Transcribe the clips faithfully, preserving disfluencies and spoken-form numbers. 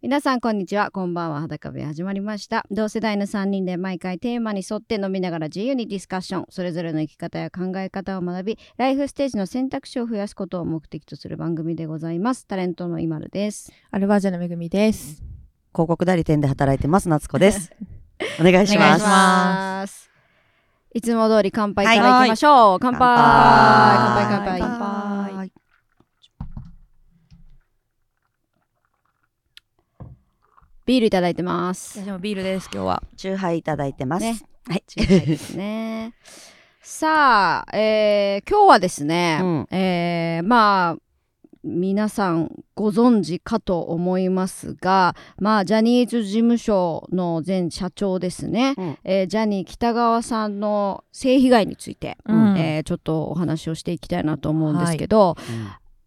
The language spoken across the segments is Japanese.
皆さんこんにちは、こんばんは。裸部屋始まりました。同世代のさんにんで毎回テーマに沿って飲みながら自由にディスカッション、それぞれの生き方や考え方を学び、ライフステージの選択肢を増やすことを目的とする番組でございます。タレントの今るです。 アルバージャのめぐみです。 広告代理店で働いてます夏子です。お願いします。 お願いします。いつも通り乾杯からいきましょう。乾杯乾杯乾杯乾杯。ビールいただいてます。 私もビールです。今日はチューハイいただいてます。 ね、 はい、 チューハイですね。さあ、えー、今日はですね、うん、えー、まあ皆さんご存知かと思いますが、まあジャニーズ事務所の前社長ですね、うん、えー、ジャニー喜多川さんの性被害について、うん、えー、ちょっとお話をしていきたいなと思うんですけど、はい、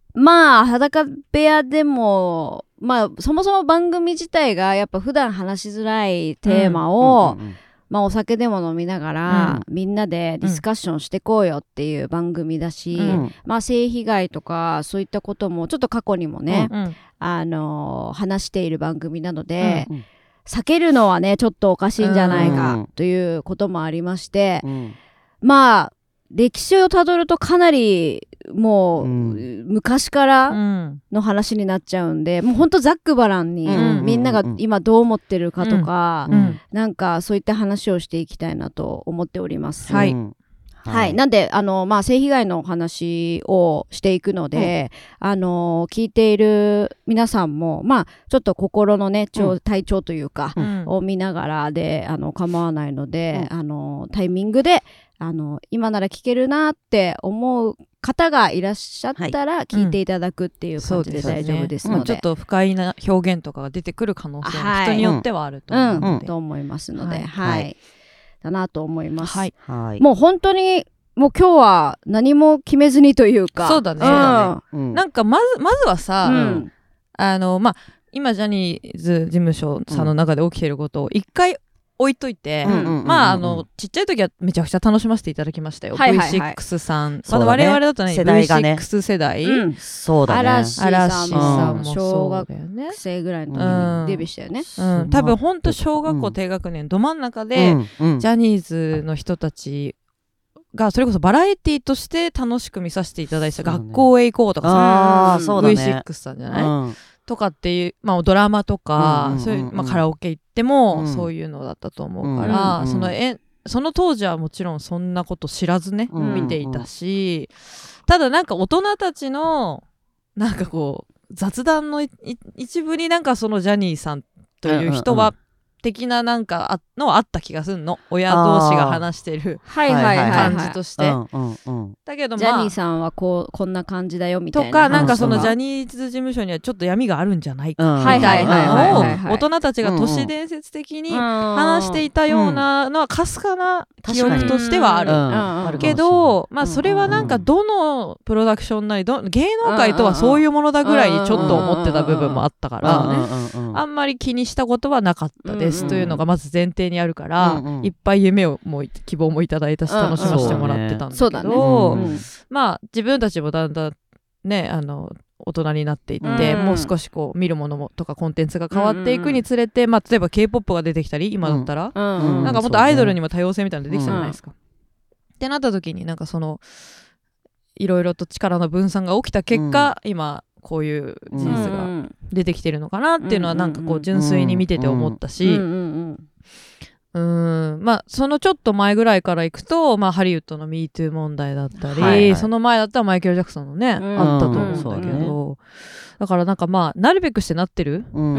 うん、まあ裸部屋でもまあそもそも番組自体がやっぱ普段話しづらいテーマを、うんうんうんうん、まあ、お酒でも飲みながら、うん、みんなでディスカッションしてこうよっていう番組だし、うん、まあ性被害とかそういったこともちょっと過去にもね、うん、あのー、話している番組なので、うん、避けるのはねちょっとおかしいんじゃないかということもありまして、うん、まあ歴史をたどるとかなりもう、うん、昔からの話になっちゃうんで、もうほんとざっくばらんに、うん、みんなが今どう思ってるかとか、うん、なんかそういった話をしていきたいなと思っております。はい、はいはい、なんであの、まあ、性被害のお話をしていくので、うん、あの聞いている皆さんも、まあ、ちょっと心のね、うん、体調というか、うん、を見ながらであの構わないので、うん、あのタイミングであの今なら聞けるなって思う方がいらっしゃったら聞いていただくっていう感じで大丈夫ですので、 うん、ちょっと不快な表現とかが出てくる可能性も人によってはあると思うので、 うんうん、と思いますので、はい、はい、だなと思います。はい、もう本当にもう今日は何も決めずにというか、 そうだね、うん、なんかまずまずはさ、うん、あのまあ今ジャニーズ事務所さんの中で起きていることを一回置いといて、うんうん、まああのちっちゃい時はめちゃくちゃ楽しませていただきましたよ、はいはいはい、ブイシックス さん、まだ我々だとね世代がね ブイシックス 世代、うん、 そうだね、 嵐さんも小学生ぐらいの時にデビューしたよね、 うんうん、多分ほんと小学校低学年ど真ん中で、うんうん、ジャニーズの人たちがそれこそバラエティとして楽しく見させていただいた、ね、学校へ行こうとかさ、あ、そうだね、ブイシックス さんじゃない、うん、とかっていう、まあ、ドラマとか、うんうんうんうん、そういう、まあ、カラオケ行っても、うん、そういうのだったと思うから、うんうん、そのえその当時はもちろんそんなこと知らずね、うんうん、見ていたし、ただなんか大人たちのなんかこう雑談の一部になんかそのジャニーさんという人は、うんうんうん、的ななんかあのあった気がするの、親同士が話してる感じとして、だけど、まあ、 ジャニーさんはこうこんな感じだよみたいなとか、なんかそのジャニーズ事務所にはちょっと闇があるんじゃないかみたいなのを大人たちが都市伝説的に話していたようなのはかすかな記憶としてはある、うんうん、けど、まあそれはなんかどのプロダクションなりど芸能界とはそういうものだぐらいちょっと思ってた部分もあったから、あんまり気にしたことはなかったです、うんうん、というのがまず前提にあるから、うんうん、いっぱい夢をも希望もいただいたし楽しませてもらってたんだけど、うんうん、まあ自分たちもだんだんねあの大人になっていって、うん、もう少しこう見るものもとかコンテンツが変わっていくにつれて、うんうん、まあ、例えば K-ポップ が出てきたり今だったら、うんうん、なんかもっとアイドルにも多様性みたいなの出てきたじゃないですか、うん、ってなった時になんかそのいろいろと力の分散が起きた結果、うん、今こういう事実が出てきてるのかなっていうのはなんかこう純粋に見てて思ったし、うーん、まあそのちょっと前ぐらいからいくと、まあ、ハリウッドの ミートゥー 問題だったり、はいはい、その前だったらマイケル・ジャクソンのね、うん、あったと思うんだけど、うん、だからなんかまあなるべくしてなってる、うん、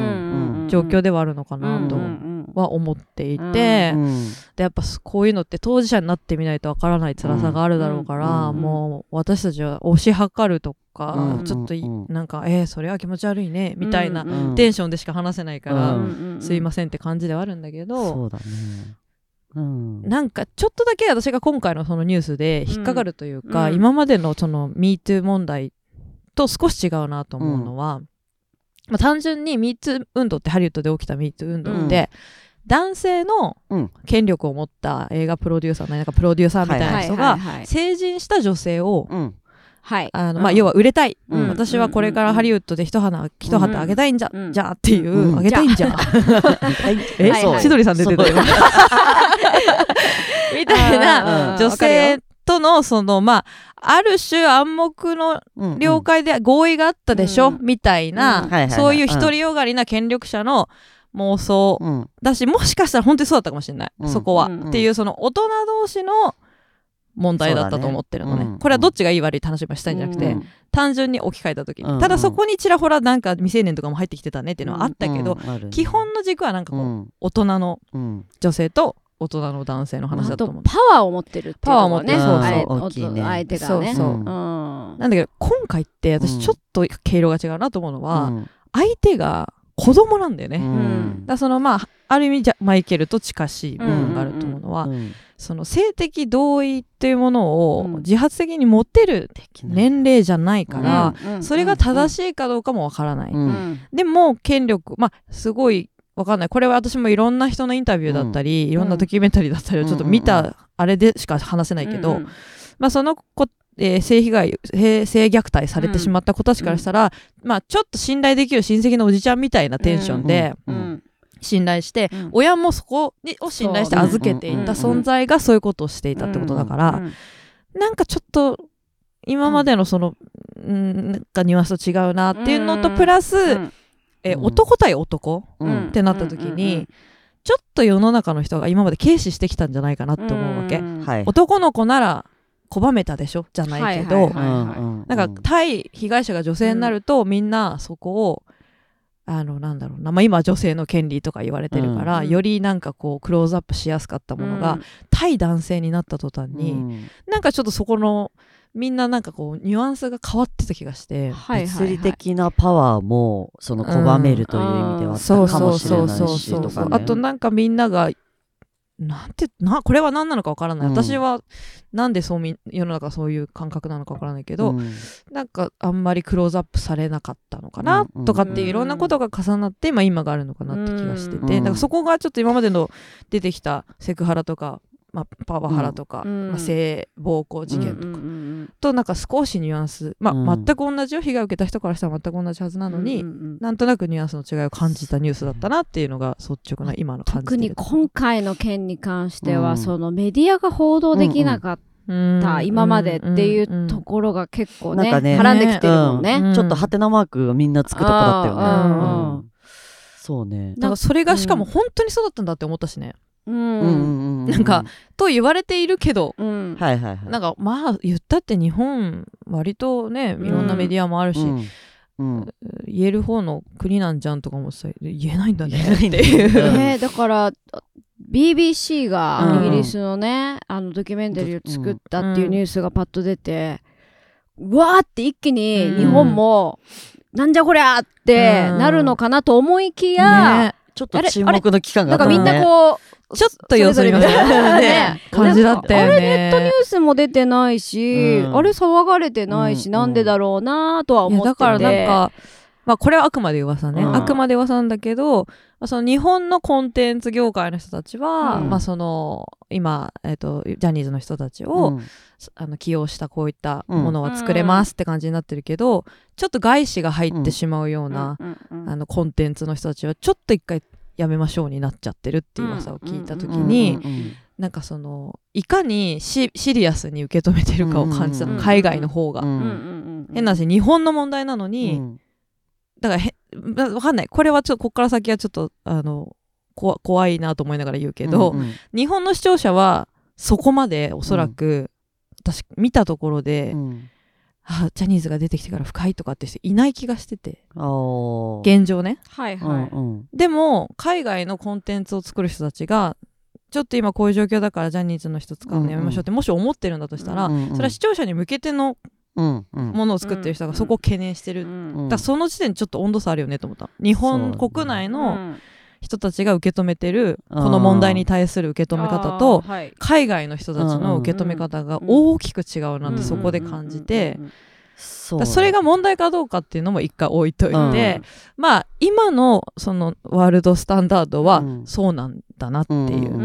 状況ではあるのかなとは思っていて、うん、でやっぱこういうのって当事者になってみないとわからない辛さがあるだろうから、うん、もう私たちは推し量るとか、うん、ちょっとなんかえー、それは気持ち悪いねみたいなテンションでしか話せないから、うん、すいませんって感じではあるんだけど、 そうだね、うん、 なんかちょっとだけ私が今回のそのニュースで引っかかるというか、うん、今までのその ミートゥー 問題と少し違うなと思うのは、うん、まあ、単純に ミートゥー 運動ってハリウッドで起きた ミートゥー 運動って、うん、男性の権力を持った映画プロデューサーなんかプロデューサーみたいな人が成人した女性をはい、 あのまあ、要は売れたい、うん、私はこれからハリウッドで一花一旗あげたいんじゃ、うん、じゃあっていう、うん、あげたいんじゃえ、はいはい、千鳥さん出てたよみたいな女性とのそのまあある種暗黙の了解で合意があったでしょ、うん、みたいな、うん、そういう独りよがりな権力者の妄想だし、もしかしたら本当にそうだったかもしれない、うん、そこは、うん、っていうその大人同士の問題だったと思ってるの ね, ね、うん、これはどっちがいい悪いって話をしたいんじゃなくて、うん、単純に置き換えた時に、うん、ただそこにちらほらなんか未成年とかも入ってきてたねっていうのはあったけど、うんうん、基本の軸はなんかこう、うん、大人の女性と大人の男性の話だと思う。 あとパワーを持ってるっていうのがね、 パワーを持ってる、 そうそう、ね、相手がね、 そうそう、うん、なんだけど今回って私ちょっと毛色が違うなと思うのは、うん、相手が子供なんだよね、うん、だそのまあある意味じゃマイケルと近しい部分があると思うのは、うんうんうん、その性的同意っていうものを自発的に持てる年齢じゃないから、うん、それが正しいかどうかもわからない、うん、でも権力まあすごいわかんない、これは私もいろんな人のインタビューだったり、うん、いろんなドキュメンタリーだったりをちょっと見たあれでしか話せないけど、うんうん、まあその子えー、性被害性虐待されてしまった子たちからしたら、うん、まあちょっと信頼できる親戚のおじちゃんみたいなテンションで、うんうん、信頼して、うん、親もそこを信頼して預けていた存在がそういうことをしていたってことだから、うんうん、なんかちょっと今までのその、うん、なんかニュアンスと違うなっていうのとプラス、うんえー、男対男、うん、ってなった時に、うん、ちょっと世の中の人が今まで軽視してきたんじゃないかなって思うわけ、うん、男の子なら拒めたでしょじゃないけど、なんか対被害者が女性になると、うん、みんなそこをあのなんだろうな、まあ、今は女性の権利とか言われてるから、うん、よりなんかこうクローズアップしやすかったものが、うん、対男性になった途端に、うん、なんかちょっとそこのみんななんかこうニュアンスが変わってた気がして、 はいはいはい、物理的なパワーもその拒めるという意味ではあったかもしれないしとかね。 あとなんかみんながなんてなこれは何なのか分からない、うん、私はなんでそうみ世の中そういう感覚なのか分からないけど、うん、なんかあんまりクローズアップされなかったのかな、うん、とかっていういろんなことが重なって、まあ、今があるのかなって気がしてて、うん、だからそこがちょっと今までの出てきたセクハラとか、まあ、パワハラとか、うんまあ、性暴行事件とか、うん、となんか少しニュアンス、まあうん、全く同じよ被害を受けた人からしたら全く同じはずなのに、うん、なんとなくニュアンスの違いを感じたニュースだったなっていうのが率直な今の感じてる。 特に今回の件に関しては、うん、そのメディアが報道できなかった、うん、今までっていうところが結構 ね,、うん、ね絡んできてるもんね、 うん、ちょっとハテナマークみんなつくとこだったよね、うんうん、そうね。 だからそれがしかも本当にそうだったんだって思ったしね、うん、なんかと言われているけど、うん、なんかまあ言ったって日本割とねいろんなメディアもあるし、うんうん、言える方の国なんじゃんとかもさ言えないんだねっていう、 ね、だから ビービーシー がイギリスのね、うん、あのドキュメンタリーを作ったっていうニュースがパッと出て、うわーって一気に日本も、うん、なんじゃこりゃってなるのかなと思いきや、ね、 ちょっと沈黙の期間があったね。 なんかみんなこうちょっと様子見ましたね感じだったよね。 あれネットニュースも出てないし、うん、あれ騒がれてないし、うん、なんでだろうなとは思ってて、だからなんか、 まあ、これはあくまで噂ね、うん、あくまで噂なんだけど、その日本のコンテンツ業界の人たちは、うんまあ、その今、えーと、ジャニーズの人たちを、うん、あの起用したこういったものは作れますって感じになってるけど、うん、ちょっと外資が入ってしまうような、うんうん、あのコンテンツの人たちはちょっと一回やめましょうになっちゃってるっていう噂を聞いた時に、なんかそのいかに シ, シリアスに受け止めてるかを感じたの、うんうん、海外の方が、うんうん、変な話日本の問題なのに、うん、だからへわかんない、これはちょっとこっから先はちょっとあのこ怖いなと思いながら言うけど、うんうん、日本の視聴者はそこまでおそらく、うん、私見たところで、うんあジャニーズが出てきてから深いとかって人いない気がしてて、現状ね、 はいはい、 うんうん、でも海外のコンテンツを作る人たちがちょっと今こういう状況だからジャニーズの人使うのやめましょうって、うんうん、もし思ってるんだとしたら、うんうん、それは視聴者に向けてのものを作ってる人がそこを懸念してる、うんうん、だからその時点でちょっと温度差あるよねと思った。日本国内の人たちが受け止めてるこの問題に対する受け止め方と海外の人たちの受け止め方が大きく違うなってそこで感じて、 そ, それが問題かどうかっていうのも一回置いといて、うん、まあ今のそのワールドスタンダードはそうなんだなっていう、うん、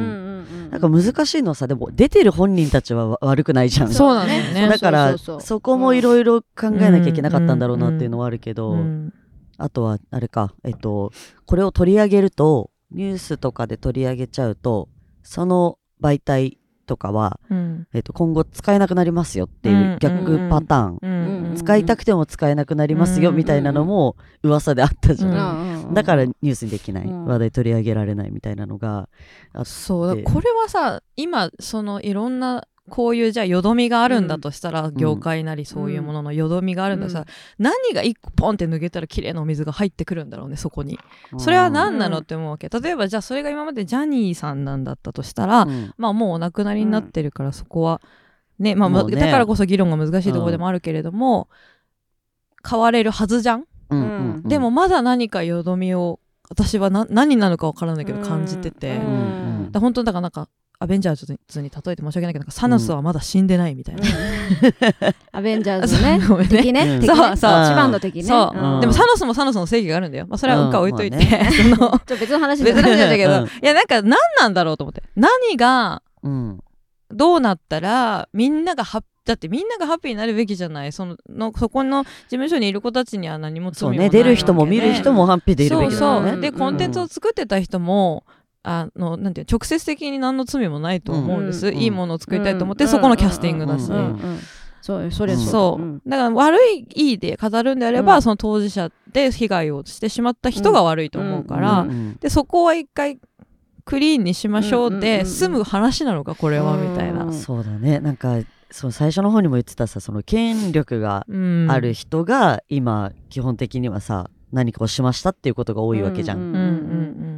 なんか難しいのはさ、でも出てる本人たちは悪くないじゃん。 そうなんだよね。 だからそこもいろいろ考えなきゃいけなかったんだろうなっていうのはあるけど、うんうん、あとはあれか、えっとこれを取り上げるとニュースとかで取り上げちゃうとその媒体とかは、うんえっと、今後使えなくなりますよっていう逆パターン、うんうん、使いたくても使えなくなりますよみたいなのも噂であったじゃない、うんうん、だからニュースにできない、うん、話題取り上げられないみたいなのがあって、 そうだこれはさ今そのいろんなこういうじゃあよどみがあるんだとしたら、うん、業界なりそういうもののよどみがあるんだとしたら、うん、何が一個ポンって抜けたら綺麗なお水が入ってくるんだろうねそこに、うん、それは何なのって思うわけ。例えばじゃあそれが今までジャニーさんなんだったとしたら、うん、まあもうお亡くなりになってるからそこはね、まあ、ねだからこそ議論が難しいところでもあるけれども、うん、変われるはずじゃん、うんうんうん、でもまだ何かよどみを私はな何なのか分からないけど感じてて、うんうん、だ本当だからなんかアベンジャーズに例えて申し訳ないけどなんかサノスはまだ死んでないみたいな、うん、 アベンジャーズね敵ね、うん、敵ねそうそう一番の敵ね、 そう、うん、でもサノスもサノスの正義があるんだよ、まあ、それはうっか置いといて、うんまあね、そのちょ別の話別の話だけど、うん、いやなんか何なんだろうと思って、何がどうなったらみんながハッだってみんながハッピーになるべきじゃない。そののそこの事務所にいる子たちには何も罪もないわけで、 そうね、出る人も見る人もハッピーでいるべきだよね。 そうそうでコンテンツを作ってた人も、あのなんていう直接的に何の罪もないと思うんです、うん、いいものを作りたいと思って、うん、そこのキャスティングだし、 そうそれそう、うん、だから悪いいいで語るんであれば、うん、その当事者で被害をしてしまった人が悪いと思うから、うんうん、でそこは一回クリーンにしましょうで済む話なのかこれはみたいな、 そうだね。なんかそう最初の方にも言ってたさ、その権力がある人が今基本的にはさ何かをしましたっていうことが多いわけじゃん、うんうんうん、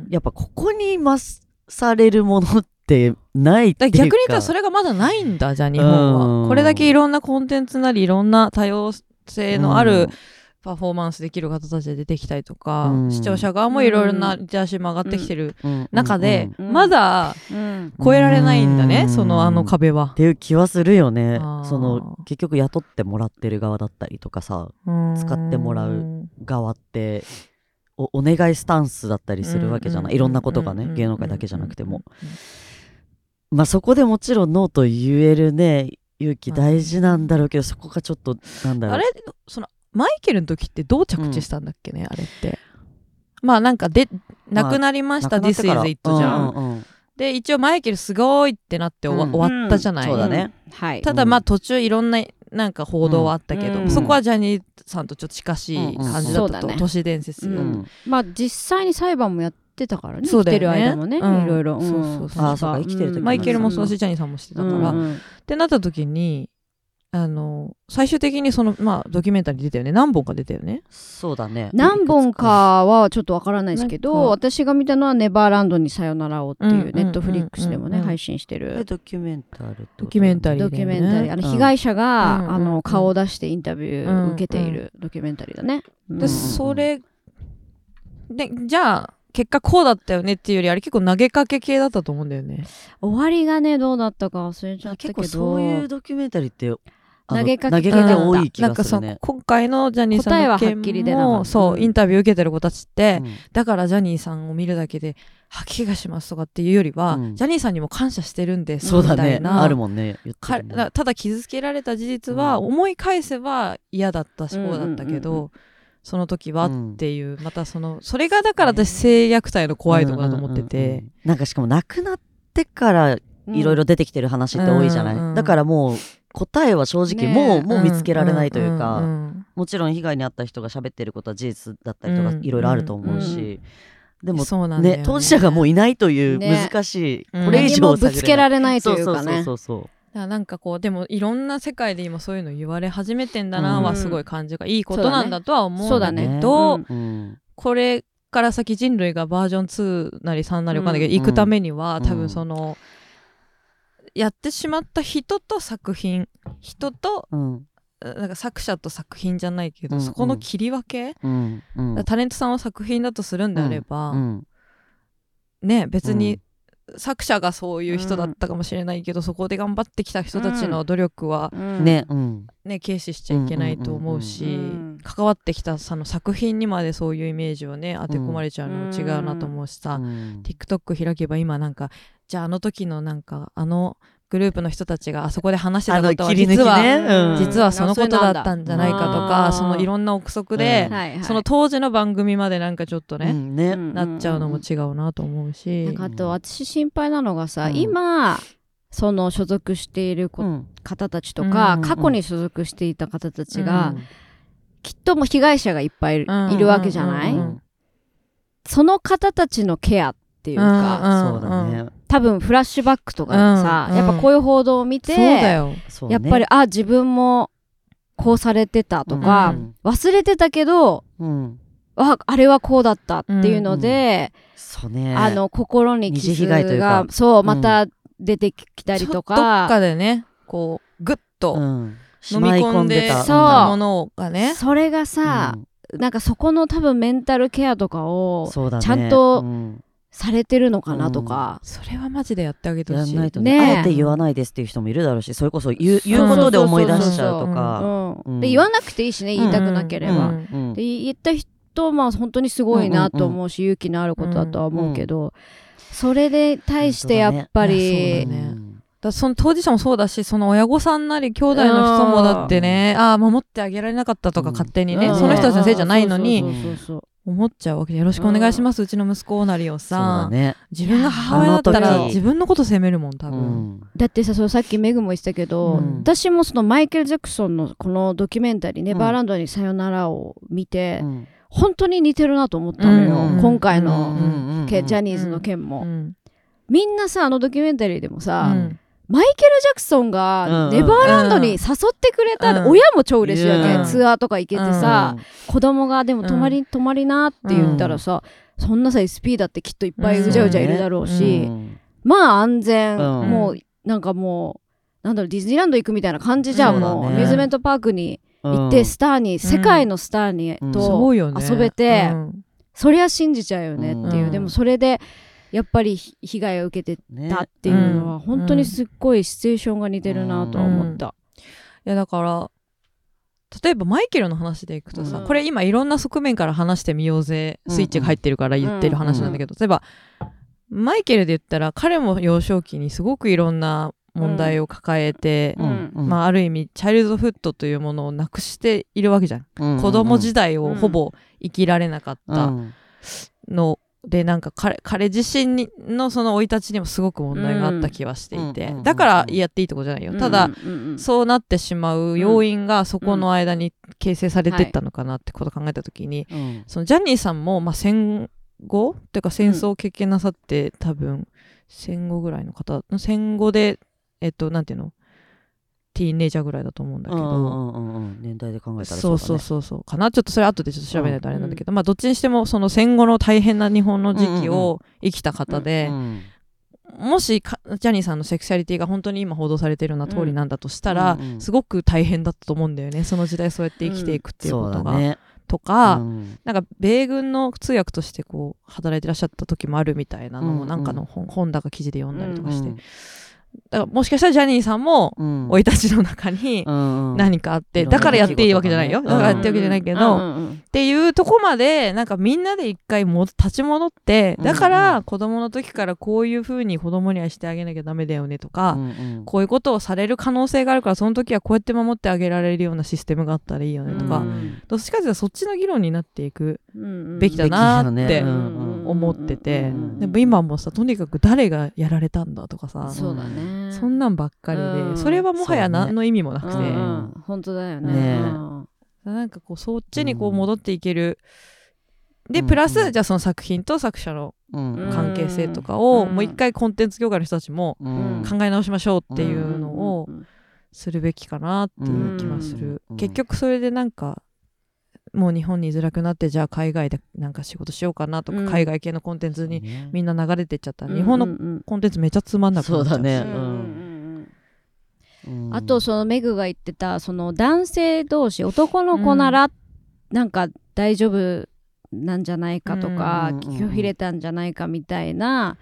やっぱここに増されるものってないっていうか、 逆に言ったらそれがまだないんだじゃあ日本はこれだけいろんなコンテンツなりいろんな多様性のあるパフォーマンスできる方たちで出てきたりとか、うん、視聴者側もいろいろなジャージも上がってきてる中で、うんうん、まだ超えられないんだね、うん、そのあの壁はっていう気はするよね。その結局雇ってもらってる側だったりとかさ、使ってもらう側ってお, お願いスタンスだったりするわけじゃない、いろんなことがね、芸能界だけじゃなくても、まあそこでもちろんノーと言えるね勇気大事なんだろうけど、そこがちょっとなんだろう、 あれそのマイケルの時ってどう着地したんだっけね、うん、あれってまあなんかで亡くなりました、まあ、This is it じゃん、うんうん、で一応マイケルすごいってなって終 わ,、うん、終わったじゃない、 そうだね、 はい、ただまあ途中いろんななんか報道はあったけど、うん、そこはジャニーさんとちょっと近しい感じだったと、うんうん、都市伝説、うん、 まあ実際に裁判もやってたからね、生きてる間もね、うん、いろいろ、うん、 そうそうそう、あ、そうか、生きてる時、 マイケルもそうだしジャニーさんもしてたから、うんうん、ってなった時にあの最終的にその、まあ、ドキュメンタリー出たよね、何本か出たよね。 そうだね、 何本かはちょっとわからないですけど、私が見たのはネバーランドにさよならをっていうネットフリックスでもね、配信してるドキュメンタリー、 ドキュメンタリー、 ドキュメンタリー、あの被害者が、うん、あの顔を出してインタビュー受けているドキュメンタリーだね、 うんうん、でそれでじゃあ結果こうだったよねっていうより、あれ結構投げかけ系だったと思うんだよね。 終わりがねどうだったか忘れちゃったけど、 結構そういうドキュメンタリーって投げかけ投げかけ多い気がするね。 なんか今回のジャニーさんの件もそう、うん、インタビュー受けてる子たちって、うん、だからジャニーさんを見るだけで吐き気がしますとかっていうよりは、うん、ジャニーさんにも感謝してるんですみたいな、そうだね、 あるもんね、言ってるね。 ただ傷つけられた事実は、うん、思い返せば嫌だったし、こうだったけど、うんうんうんうん、その時はっていう、またそのそれがだから私性虐待の怖いところだと思ってて、うんうんうんうん、 なんかしかも亡くなってからいろいろ出てきてる話って多いじゃない、うんうん、だからもう答えは正直もう、ね、もう見つけられないというか、うんうんうん、もちろん被害に遭った人が喋ってることは事実だったりとかいろいろあると思うし、うんうんうん、でもそうなんだよね、当事者がもういないという難しい、ね、これ以上ぶつけられないというかね、そうそうそうそう、 だからなんかこうでもいろんな世界で今そういうの言われ始めてんだなはすごい感じがいいことなんだとは思うんだけど、ね、うん、これから先人類がバージョンツーなりさんなりわかんないけど、うん、行くためには、うん、多分そのやってしまった人と作品、人と、うん、なんか作者と作品じゃないけど、うんうん、そこの切り分け、うんうん、タレントさんを作品だとするんであれば、うんうん、ね別に作者がそういう人だったかもしれないけど、うん、そこで頑張ってきた人たちの努力は、 うんねうんね、軽視しちゃいけないと思うし、うんうんうん、関わってきたその作品にまでそういうイメージをね当て込まれちゃうのも違うなと思うしさ、うん、TikTok 開けば今なんかじゃああの時のなんかあのグループの人たちがあそこで話してたことは実は、ねうん、実はそのことだったんじゃないかとか、そのいろんな憶測で、うん、その当時の番組までなんかちょっとね、うんね、なっちゃうのも違うなと思うし、 なんかあと私心配なのがさ、うん、今その所属している、うん、方たちとか、うん、過去に所属していた方たちが、うん、きっともう被害者がいっぱいいる、うん、いるわけじゃない、うん、その方たちのケアっていうか、 うん、そうだね、 多分フラッシュバックとかさ、うん、やっぱこういう報道を見て、そうだよ、やっぱりあ自分もこうされてたとか、うん、忘れてたけど、うん、ああれはこうだったっていうので、うんうんね、あの心に傷がそうまた出てきたりとか、 どっかでねこうグッと飲み込んでたものがね、 それがさ、うん、なんかそこの多分メンタルケアとかをちゃんと、ねうんされてるのかなとか、 うん、それはマジでやってあげてほしい。 やんないとね、ねあえて言わないですっていう人もいるだろうし、それこそ言う、言うことで思い出しちゃうとか、 で言わなくていいしね、言いたくなければ、うんうん、で言った人まあ本当にすごいなと思うし、うんうんうん、勇気のあることだとは思うけど、うんうん、それで対してやっぱり、 ね、だその当事者もそうだし、その親御さんなり兄弟の人もだってね、ああ守ってあげられなかったとか勝手にね、うん、その人たちのせいじゃないのに思っちゃうわけで、よろしくお願いします、うん、うちの息子なりをさ、ね、自分が母親だったら自分のこと責めるもん多分、うん、 だってさ、そのさっきメグも言ってたけど、うん、私もそのマイケル・ジャクソンのこのドキュメンタリー、うん、ネバーランドにさよならを見て、うん、本当に似てるなと思ったのよ、うん、今回の、うん、ジャニーズの件も、うん、みんなさあのドキュメンタリーでもさ、うんマイケル・ジャクソンがネバーランドに誘ってくれた、うん、親も超嬉しいわけ、うん、ツアーとか行けてさ、うん、子供がでも泊まり、うん、泊まりなって言ったらさ、うん、そんなさ エスピー だってきっといっぱいうじゃうじゃいるだろうし、うん、まあ安全、うん、もうなんかもうなんだろうディズニーランド行くみたいな感じじゃん、うん、もう、ね、アミューズメントパークに行って、うん、スターに世界のスターに、うん、と遊べて、うん、そりゃ信じちゃうよねっていう、うん、でもそれでやっぱり被害を受けてたっていうのは、ね、本当にすっごいシチュエーションが似てるなとは思った、 うん、いやだから例えばマイケルの話でいくとさ、うん、これ今いろんな側面から話してみようぜ、うん、スイッチが入ってるから言ってる話なんだけど、うん、例えばマイケルで言ったら彼も幼少期にすごくいろんな問題を抱えて、うんまあ、ある意味チャイルドフッドというものをなくしているわけじゃん、うん、子供時代をほぼ生きられなかったので、なんか 彼, 彼自身のその生い立ちにもすごく問題があった気はしていて、うん、だからやっていいってことじゃないよ、うん、ただ、うん、そうなってしまう要因がそこの間に形成されてったのかなってことを考えたときに、うん、そのジャニーさんも、まあ、戦後っていうか戦争を経験なさって、多分戦後ぐらいの方戦後でえっとなんていうのティーンエイジャーぐらいだと思うんだけど、 うんうんうん、年代で考えたらそうだね、そうそうそうかな。ちょっとそれ後でちょっと調べないとあれなんだけど、うん、まあどっちにしてもその戦後の大変な日本の時期を生きた方で、うんうんうん、もしジャニーさんのセクシャリティが本当に今報道されているような通りなんだとしたら、うんうんうん、すごく大変だったと思うんだよね、その時代そうやって生きていくっていうことが、うんね、とか、うん、なんか米軍の通訳としてこう働いてらっしゃった時もあるみたいなのも、うんうん、なんかの 本, 本だか記事で読んだりとかして、うんうん、だからもしかしたらジャニーさんも生い立ちの中に何かあって、うん、だからやっていいわけじゃないよ、だからやっていいわけじゃないけど、うんうん、っていうとこまでなんかみんなで一回も立ち戻って、だから子供の時からこういう風に子供にはしてあげなきゃダメだよねとか、うんうん、こういうことをされる可能性があるからその時はこうやって守ってあげられるようなシステムがあったらいいよねとか、うん、どっちかというとそっちの議論になっていくべきだなって思ってて、でも今もさとにかく誰がやられたんだとかさ、 そうだね、 そんなんばっかりで、うん、それはもはや何の意味もなくて、ね、うんうん、本当だよね、ね、うん、 なんかこうそっちにこう戻っていける、うん、でプラス、うん、じゃあその作品と作者の関係性とかを、うん、もう一回コンテンツ業界の人たちも考え直しましょうっていうのをするべきかなっていう気はする、うん、結局それでなんかもう日本に居づらくなって、じゃあ海外でなんか仕事しようかなとか、うん、海外系のコンテンツにみんな流れてっちゃったら、うん、日本のコンテンツめちゃつまんなくなっちゃうし、そうだね、うんうん、あとそのメグが言ってたその男性同士男の子ならなんか大丈夫なんじゃないかとか、うん、拒否れたんじゃないかみたいな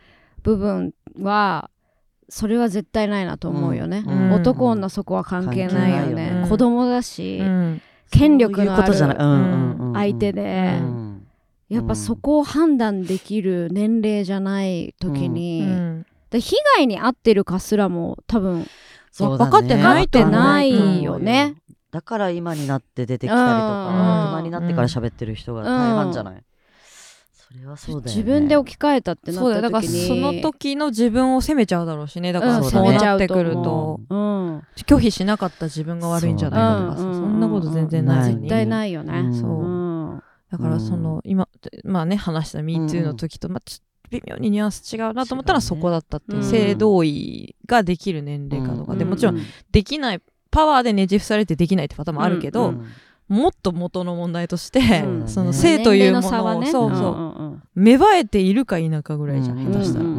部分はそれは絶対ないなと思うよね、 うん、 男女そこは関係ないよね、うん、子供だし、うん、権力のある相手で、うん、やっぱそこを判断できる年齢じゃない時に、うん、で被害に遭ってるかすらも多分分かってないってないよね。 だから今になって出てきたりとか、大人になってから喋ってる人が大半じゃない、うん、それはそうだよね。 自分で置き換えたってなった時に、そうだよ、 だからその時の自分を責めちゃうだろうしね。だからそうなってくると、うん、拒否しなかった自分が悪いんじゃないかとかさ、 そ,、うん、そんなこと全然ない、 絶対ないよね、うん、そう、 うん、だからその今まあね話した ミーツー の時と、まあ、ちょっと微妙にニュアンス違うなと思ったらそこだったっていう、ね、性同意ができる年齢かとか、うん、でもちろんできないパワーでねじ伏されてできないってパターンもあるけど、うんうん、もっと元の問題として、うん、その性というものを、ね、そうそう、うんうん、芽生えているか否かぐらいじゃん、うん、下手したら、うん、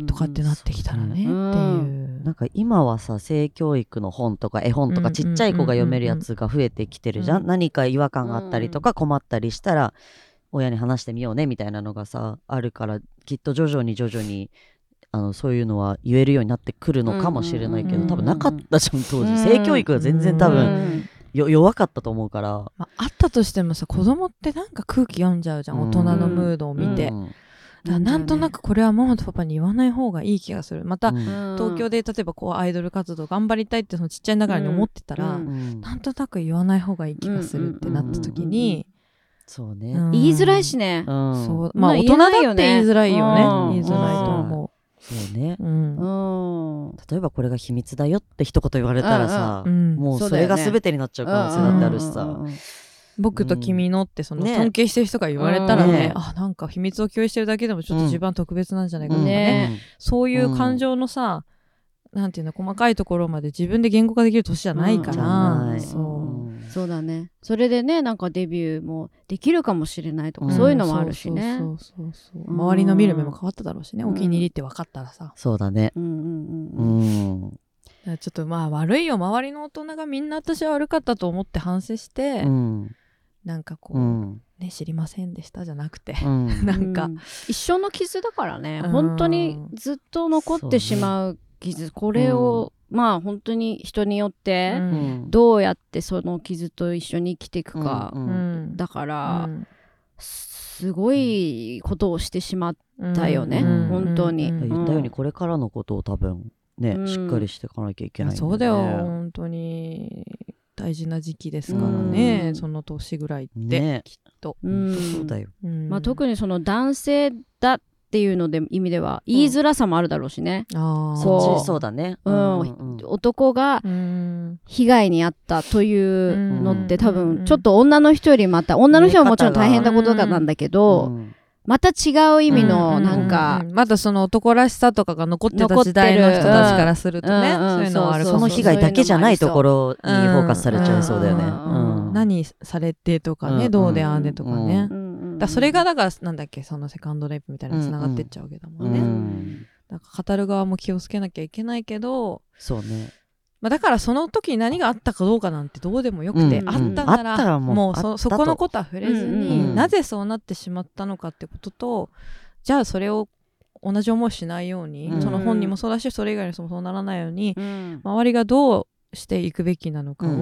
とかってなってきたらね、うん、っていうなんか今はさ性教育の本とか絵本とかちっちゃい子が読めるやつが増えてきてるじゃん、うん、何か違和感があったりとか困ったりしたら親に話してみようねみたいなのがさあるから、きっと徐々に徐々にあのそういうのは言えるようになってくるのかもしれないけど、うんうんうん、多分なかったじゃん当時、うん、性教育が全然多分、うん、よ弱かったと思うから、 まあ、あったとしてもさ子供ってなんか空気読んじゃうじゃん、うん、大人のムードを見て、うん、だからなんとなくこれはママとパパに言わない方がいい気がする。また、うん、東京で例えばこうアイドル活動頑張りたいってそのちっちゃいながらに思ってたら、うん、なんとなく言わない方がいい気がするってなった時に、 そうね、 うん、言いづらいしね、 うん、そうまあ大人だって言いづらいよね、うん、言いづらいと思う。 そうね、うん、例えばこれが秘密だよって一言言われたらさ、うん、もうそれが全てになっちゃう可能性だってあるしさ、 僕と君のってその尊敬してる人が言われたら ね, ねあなんか秘密を共有してるだけでもちょっと自分は特別なんじゃないかとか ね, ねそういう感情のさ、うん、なんていうの細かいところまで自分で言語化できる年じゃないから、うん、そう、 うん、そうだね。それでねなんかデビューもできるかもしれないとか、うん、そういうのもあるしね。 そうそうそうそう、うん、周りの見る目も変わっただろうしね、うん、お気に入りって分かったらさ、 そうだね、うんうんうんうん、ちょっとまあ悪いよ周りの大人がみんな私は悪かったと思って反省して、うん、なんかこう、うんね、知りませんでしたじゃなくて、うん、なんか、うん、 一生の傷だからね、うん、本当にずっと残ってしまう傷、これを、うん、まあ本当に人によってどうやってその傷と一緒に生きていくか、うん、だから、うん、すごいことをしてしまったよね、うん、本当に、 うん、言ったようにこれからのことを多分ね、うん、しっかりしていかなきゃいけない、ね、 そうだよ本当に大事な時期ですからね、うん、その年ぐらいって、ね、きっと、 うん、そうだよ、 うんまあ、特にその男性だっていうので意味では言いづらさもあるだろうしね、うん、 あそうそうだね、 うんうん、男が被害に遭ったというのって多分ちょっと女の人よりまた女の人はもちろん大変なことなんだけど、うんうんまた違う意味のなんか、 うんうんうん、まだその男らしさとかが残ってた時代の人たちからするとね、うん、そういうのはある。 その被害だけじゃないところにフォーカスされちゃいそうだよね、うんうん、何されてとかね、うん、どうであんでとかね、うん、だそれがだからなんだっけそのセカンドレイプみたいなのにつながってっちゃうわけだもんね、うんうん、だから語る側も気をつけなきゃいけないけど、 そうね、 まあ、だからその時に何があったかどうかなんてどうでもよくて、うんうん、あったなら、らもう、もう そ, そこのことは触れずに、うんうん、なぜそうなってしまったのかってことと、じゃあそれを同じ思いしないように、うん、その本人もそうだしそれ以外の人もそうならないように、うん、周りがどうしていくべきなのかを、うん、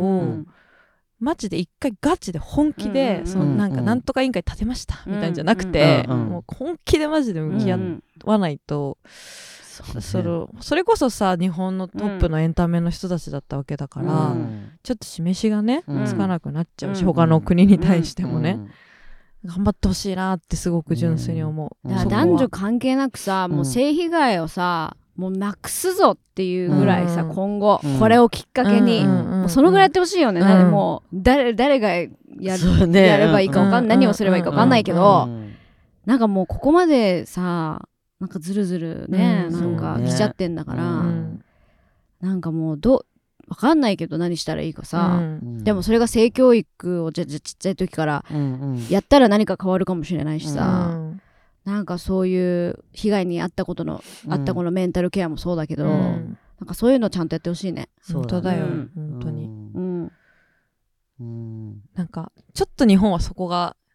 マジで一回ガチで本気で、うん、そのなんかなんとか委員会立てました、うん、みたいなんじゃなくて、うん、もう本気でマジで向き合わないと、うん、そ, のそれこそさ日本のトップのエンタメの人たちだったわけだから、うん、ちょっと示しがね、うん、つかなくなっちゃうし、うん、他の国に対してもね、うん、頑張ってほしいなってすごく純粋に思う、 うん、だから男女関係なくさ、もう性被害をさもうなくすぞっていうぐらいさ、うん、今後、うん、これをきっかけに、うん、もうそのぐらいやってほしいよね、うん、もう 誰, 誰が や, ね、やればいいか分かんない、何をすればいいか分かんないけど、なんかもうここまでさなんかずるずるね、うん、なんか来ちゃってんだから、うん、なんかもうどわかんないけど何したらいいかさ、うん、でもそれが性教育をじゃじゃちっちゃい時からやったら何か変わるかもしれないしさ、うん、なんかそういう被害に遭ったことの、うん、あったこのメンタルケアもそうだけど、うん、なんかそういうのちゃんとやってほしいね。 本当だよ、うん、本当に、うんうん、なんかちょっと日本はそこが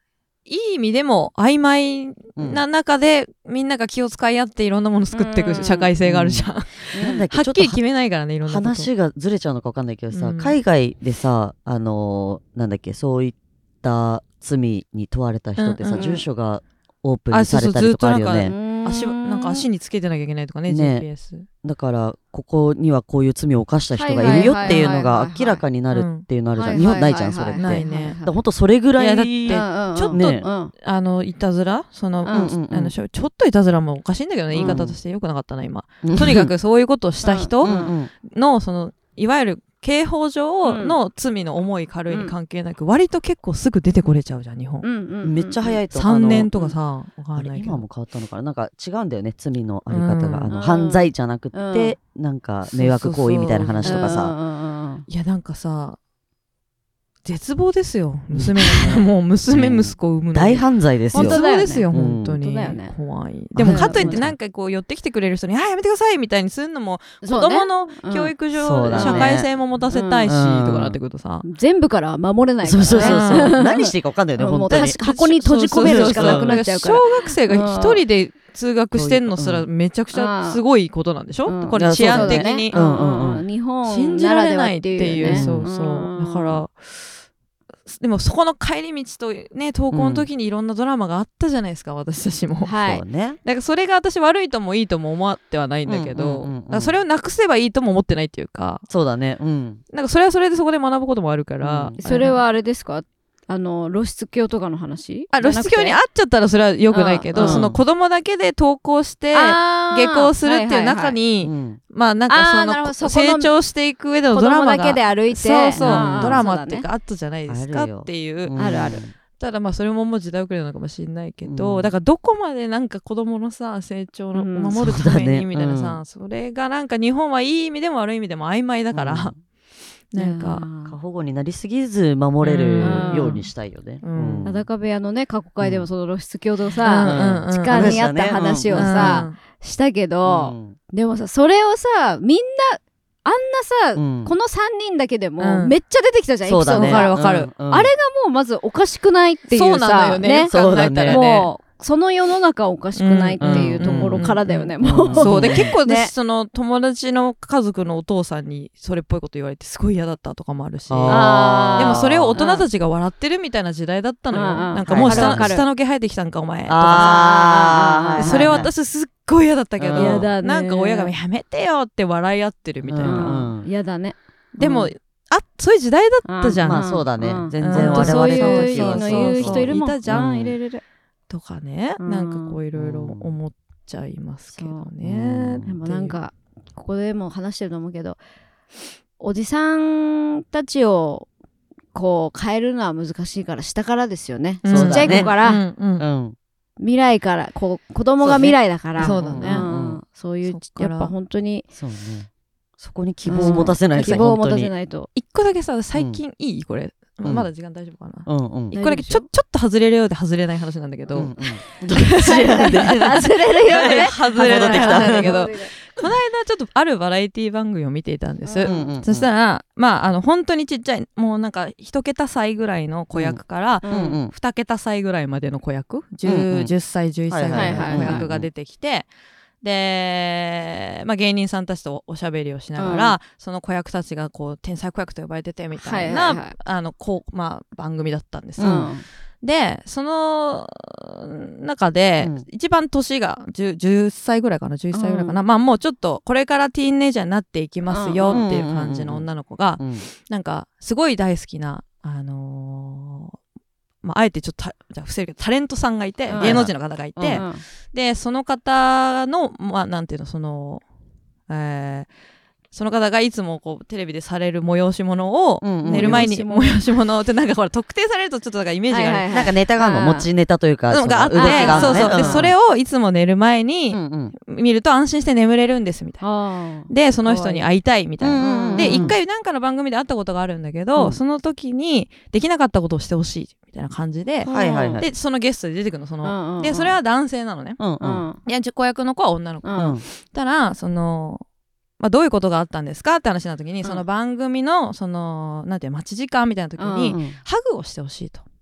いい意味でも曖昧な中で、うん、みんなが気を使い合っていろんなもの作っていく社会性があるじゃん、うん、はっきり決めないからね。いろんなこと話がずれちゃうのか分かんないけどさ、うん、海外でさあのー、なんだっけそういった罪に問われた人ってさ、うんうん、住所がオープンにされたりとかあるよね。 足なんか足につけてなきゃいけないとかね、 ジーピーエスだからここにはこういう罪を犯した人がいるよっていうのが明らかになるっていうのあるじゃん。日本ないじゃんそれって。 ないね。 だからほんとそれぐらい。いやだってちょっと、ね、あのいたずらその、うんうんうん、あのちょっといたずらもおかしいんだけどね、言い方としてよくなかったな今、うん、とにかくそういうことをした人のそのいわゆる刑法上の罪の重い軽いに関係なく、うん、割と結構すぐ出てこれちゃうじゃん日本、うんうんうん、 めっちゃ早いとさんねんとかさ、わかんないけど今も変わったのかな。なんか違うんだよね罪のあり方が、うん、あの犯罪じゃなくて、うん、なんか迷惑行為みたいな話とかさ。 いやなんかさ絶望ですよ娘がもう娘息子を産むの大犯罪ですよ。 絶望ですよ、本当に、ね、怖い。でもかといってなんかこう寄ってきてくれる人に「あやめてください」みたいにするのも子供の教育上、ね、社会性も持たせたいし、うん、とかなってくるとさ、 全部から守れないからね。 そうそうそうそう何していいか分かんないよね本当に。 箱に閉じ込めるしかなくなっちゃうから。 小学生が一人で通学してんのすらめちゃくちゃすごいことなんでしょ、うん、これ治安的に、 うんうんうん、日本ならではっていう、ね、 そうそう、だからでもそこの帰り道とね登校の時にいろんなドラマがあったじゃないですか、うん、私たちも、 はい、 そうね、 だからそれが私悪いともいいとも思ってはないんだけど、うんうんうんうん、だからそれをなくせばいいとも思ってないっていうか。 そうだね、うん、 なんかそれはそれでそこで学ぶこともあるから、 うん、それはあれですか、あの露出狂とかの話？ あ、露出狂に会っちゃったらそれは良くないけど、うん、その子供だけで登校して下校するっていう中に、はいはいはい、まあなんかその成長していく上でのドラマが子供だけで歩いて、 そうそう、ドラマっていうかあったじゃないですかっていう、 あるある。 ただまあそれももう時代遅れなのかもしれないけど、うん、だからどこまでなんか子供のさ成長の守るためにみたいなさ、うん そ, ねうん、それがなんか日本はいい意味でも悪い意味でも曖昧だから、うんなんか過保護になりすぎず守れるようにしたいよね。 裸部屋のね過去回でもその露出狂とさ、うん、時間にあった話をさ、うん、したけど、うん、でもさそれをさみんなあんなさ、うん、このさんにんだけでも、うん、めっちゃ出てきたじゃん、エピソード。 わかるわかる、 うんうん、あれがもうまずおかしくないっていうさ、 そうなんだよね、 ね、考えたらね、もうその世の中おかしくないっていうところからだよね、もう。 そうで結構私、ね、その友達の家族のお父さんにそれっぽいこと言われてすごい嫌だったとかもあるし、あでもそれを大人たちが笑ってるみたいな時代だったのよ。なんかもう 下,、はい、下の毛生えてきたんかお前とかさ、それ私すっごい嫌だったけど、なんか親がやめてよって笑い合ってるみたいな。 嫌だね。 でも、うん、あそういう時代だったじゃん。 まあそうだね、うん、全然我々 そういうの言う人いるもん。 いたじゃん、いるいるいるとかね、うん、なんかこういろいろ思っちゃいますけどね、うん、 でもなんかここでも話してると思うけど、おじさんたちをこう変えるのは難しいから下からですよね、うん、ちっちゃい子から、うんうんうん、未来からこう子供が未来だから、 そうだね、 うん、そういうやっぱ本当にそうね、そこに希望を持たせないと、 希望を持たせないと。 一個だけさ最近いいこれ、うん、まだ時間大丈夫かな、うんうん、一個だけちょ、ちょっと外れるようで外れない話なんだけど、うんうん、 外れるようで外れない話なんだけどこの間ちょっとあるバラエティ番組を見ていたんです、うんうんうん、そしたらまああの本当にちっちゃいもうなんか一桁歳ぐらいの子役から、うんうん、二桁歳ぐらいまでの子役、うんうん、じゅっさいじゅういっさいぐらいの子役が出てきて、で、まあ、芸人さんたちとおしゃべりをしながら、うん、その子役たちがこう天才子役と呼ばれててみたいな、はいはいはい、あのこう、まあ、番組だったんです、うん、でその中で、うん、一番年が 10, じゅっさいぐらいかなじゅういっさいぐらいかな、うん、まあもうちょっとこれからティーンエイジャーになっていきますよっていう感じの女の子が、うんうんうん、なんかすごい大好きなあのーまあ、あえてちょっとじゃあ伏せるけどタレントさんがいて、うん、芸能人の方がいて、うん、でその方のまあなんていうのその、えー、その方がいつもこうテレビでされる催し物を寝る前に、うんうん、催し物ってなんかほら特定されるとちょっとなんかイメージがある、はいはいはい、 なんかネタがあるの持ちネタというかがあって、そうそう、うん、でそれをいつも寝る前に見ると安心して眠れるんですみたいな、うん、でその人に会いたいみたいな、で一回なんかの番組で会ったことがあるんだけど、うん、その時にできなかったことをしてほしいみたいな感じで、はいはいはい、でそのゲストで出てくるのその、うんうんうん、でそれは男性なのね、うんうん、いや子役の子は女の子、うん、たらそのまあ、どういうことがあったんですかって話になった時に、うん、その番組のそのなんていう待ち時間みたいな時に、うんうん、ハグをしてほしいと。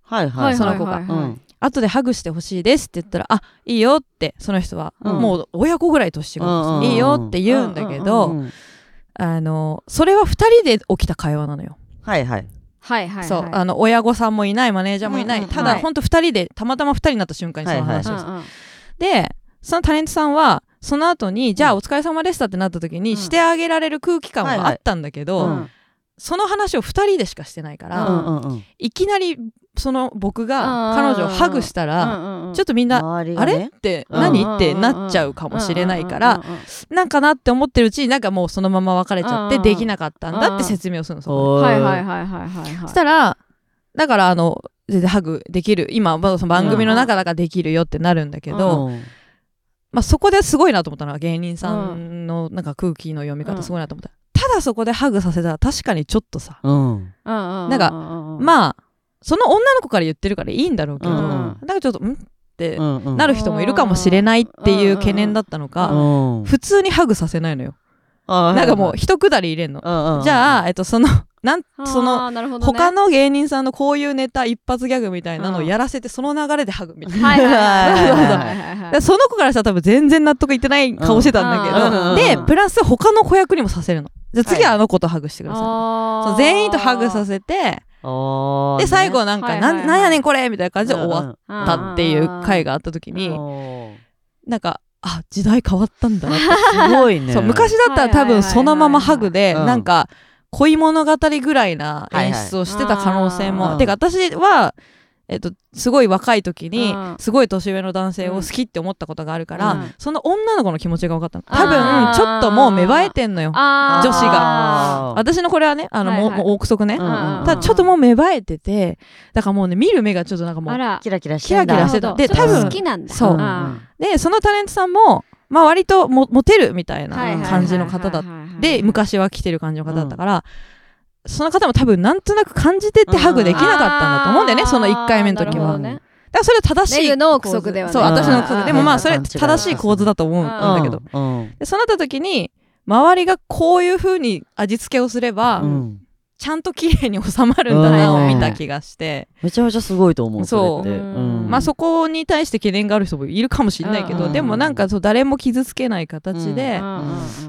はいはい、 その子が、うん、後でハグしてほしいですって言ったら、あ、いいよってその人は、うん、もう親子ぐらい年が、うん、いいよって言うんだけど、うんうんうん、あのそれはふたりで起きた会話なのよ。 はいはいはいはいはい、 そう、あの親御さんもいない、マネージャーもいない、うんうん、ただ、はい、ほんとふたりでたまたまふたりになった瞬間にその話をする、はいはい、でそのタレントさんはその後に、うん、じゃあお疲れ様でしたってなった時に、うん、してあげられる空気感はあったんだけど、はいはい、うん、その話をふたりでしかしてないから、うんうんうん、いきなりその僕が彼女をハグしたら、うんうん、ちょっとみんな、ね、あれって何、うん、ってなっちゃうかもしれないから、なんかなって思ってるうちになんかもうそのまま別れちゃってできなかったんだって説明をするの。そこで、はいはいはいはいはい、そしたらだからあの全然ハグできる、今その番組の中だからできるよってなるんだけど、うん、まあ、そこですごいなと思ったのは芸人さんのなんか空気の読み方すごいなと思った、うん、ただそこでハグさせたら確かにちょっとさ、うん、なんかまあその女の子から言ってるからいいんだろうけど、うん、なんかちょっとんってなる人もいるかもしれないっていう懸念だったのか、うん、普通にハグさせないのよ。なんかもう一くだり入れんの、うん、じゃあ、えっと、そのなんその、ね、他の芸人さんのこういうネタ一発ギャグみたいなのをやらせて、その流れでハグみたいな、その子からしたら多分全然納得いってない顔してたんだけど、うん、でプラス他の子役にもさせるの。じゃあ次はあの子とハグしてください、はい、そう全員とハグさせて、で最後なんか、ね、な, なんやねんこれみたいな感じで終わったっていう回があった時に、なんかあ時代変わったんだなってすごいね。 そう昔だったら多分そのままハグでなんか恋物語ぐらいな演出をしてた可能性も、はいはい、てか私は、えっと、すごい若い時にすごい年上の男性を好きって思ったことがあるから、うん、その女の子の気持ちが分かったの。多分ちょっともう芽生えてんのよ女子が。私のこれはねあの、はいはい、もう憶測ね、うんうんうん、ただちょっともう芽生えてて、だからもうね見る目がちょっとなんかもうキラキラしてんだ。 キラキラしてた。で多分好きなんだ。 そう、うん、でそのタレントさんもまあ割ともモテるみたいな感じの方だで、昔は来てる感じの方だったから、うん、その方も多分なんとなく感じてってハグできなかったんだと思うんだよね、うん、そのいっかいめの時は、ね、だからそれは正しいメグの憶測ではね、 そう私の憶測でもまあそれ正しい構図だと思うんだけど、うんうん、でそうなった時に周りがこういう風に味付けをすれば、うん、ちゃんと綺麗に収まるんだなを見た気がして、 めちゃめちゃすごいと思う。 そう、 それって、うん、 まあそこに対して懸念がある人もいるかもしれないけど、でもなんかそう誰も傷つけない形で、うん、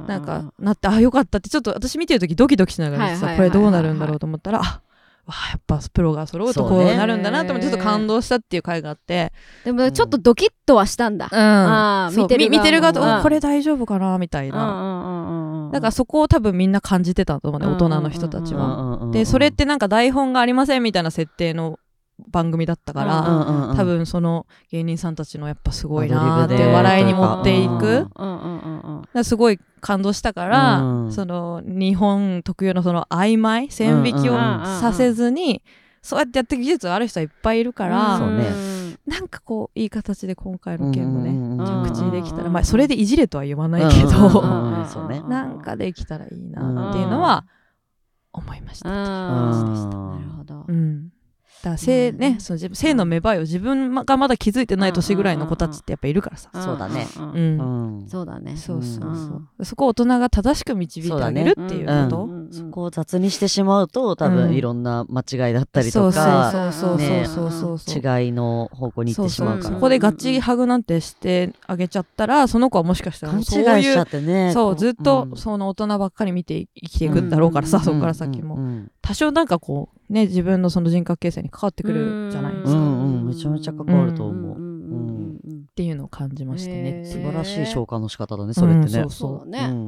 なんかなって、あよかったってちょっと私見てる時ドキドキしながらさ、これどうなるんだろうと思ったら、あわあやっぱプロが揃うとこうなるんだなと思ってちょっと感動したっていう回があって、 でもちょっとドキッとはしたんだ、うん、 あ見てる見てる側とこれ大丈夫かなみたいな、だからそこを多分みんな感じてたと思うね、大人の人たちは。でそれってなんか台本がありませんみたいな設定の番組だったから、うんうんうん、多分その芸人さんたちのやっぱすごいなって笑いに持っていく、すごい感動したから、うん、その日本特有のその曖昧線引きをさせずに、うんうんうん、そうやってやっていく技術がある人はいっぱいいるから、うんね、なんかこういい形で今回の件もね、うんうん、着地できたら、まあ、それでいじれとは言わないけど、なんかできたらいいなっていうのは思いました。なるほど、うんだから性ね、その自分性の芽生えを自分がまだ気づいてない年ぐらいの子たちってやっぱいるからさ、 そうだね、 うんそうだね、 そうそうそう、そこを大人が正しく導いてあげるっていうこと、 そこを雑にしてしまうと多分いろんな間違いだったりとか違いの方向に行ってしまうから、 そこでガチハグなんてしてあげちゃったら、その子はもしかしたらそういう勘違いしちゃってね、 そうずっとその大人ばっかり見て生きていくんだろうからさ、そこから先も多少なんかこうね自分のその人格形成に関わってくるじゃないですか。 うんうん、めちゃめちゃ関わると思う、うんうん、っていうのを感じましたね。 素晴らしい消化の仕方だねそれってね、 うん、そうそうね、うん、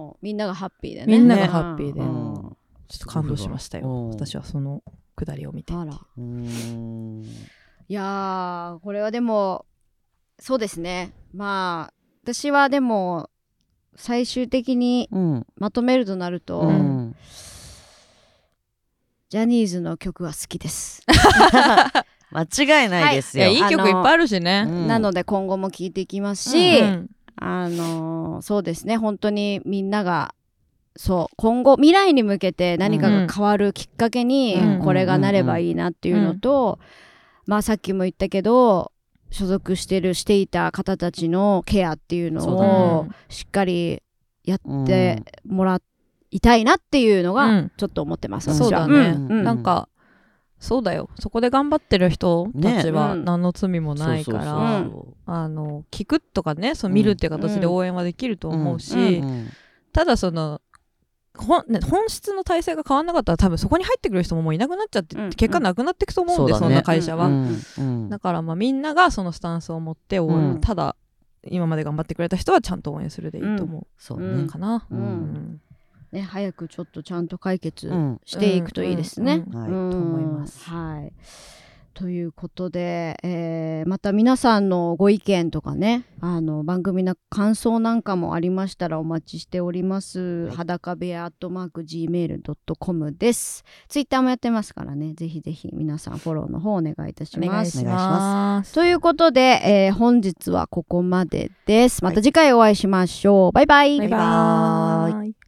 みんながハッピーでね、 みんながハッピーで、うん、ちょっと感動しましたよ、うん、私はそのくだりを見て。あら、うーん、いやーこれはでもそうですね、まあ私はでも最終的にまとめるとなると、うん、ジャニーズの曲は好きです間違いないですよ、 はい、いやいい曲いっぱいあるしね、 うん、なので今後も聴いていきますし、うんうん、あのー、そうですね、本当にみんながそう今後未来に向けて何かが変わるきっかけにこれがなればいいなっていうのと、まあさっきも言ったけど所属してるしていた方たちのケアっていうのをしっかりやってもらいたいなっていうのがちょっと思ってます、 うん、そうだね、うん、なんかそうだよ、そこで頑張ってる人たちは何の罪もないから、あの聞くとかね、その見るっていう形で応援はできると思うし、うんうん、ただその本, ね、本質の体制が変わんなかったら多分そこに入ってくる人ももういなくなっちゃって、うん、結果なくなっていくと思うんで、そ, ね、そんな会社は、うんうん、だからまあみんながそのスタンスを持って応援、うん、ただ今まで頑張ってくれた人はちゃんと応援するでいいと思う、うん、 そうねかな、 うんうんね、早くちょっとちゃんと解決していくといいですね、 うんうんうん、はい、と思います。 はい、ということで、えー、また皆さんのご意見とかね、あの番組の感想なんかもありましたらお待ちしております。はい、裸部屋アットマーク ジーメールドットコム です。ツイッターもやってますからね、ぜひぜひ皆さんフォローの方お願いいたします。 お願いします。 ということで、えー、本日はここまでです。また次回お会いしましょう。バイバイ。 バイバイ。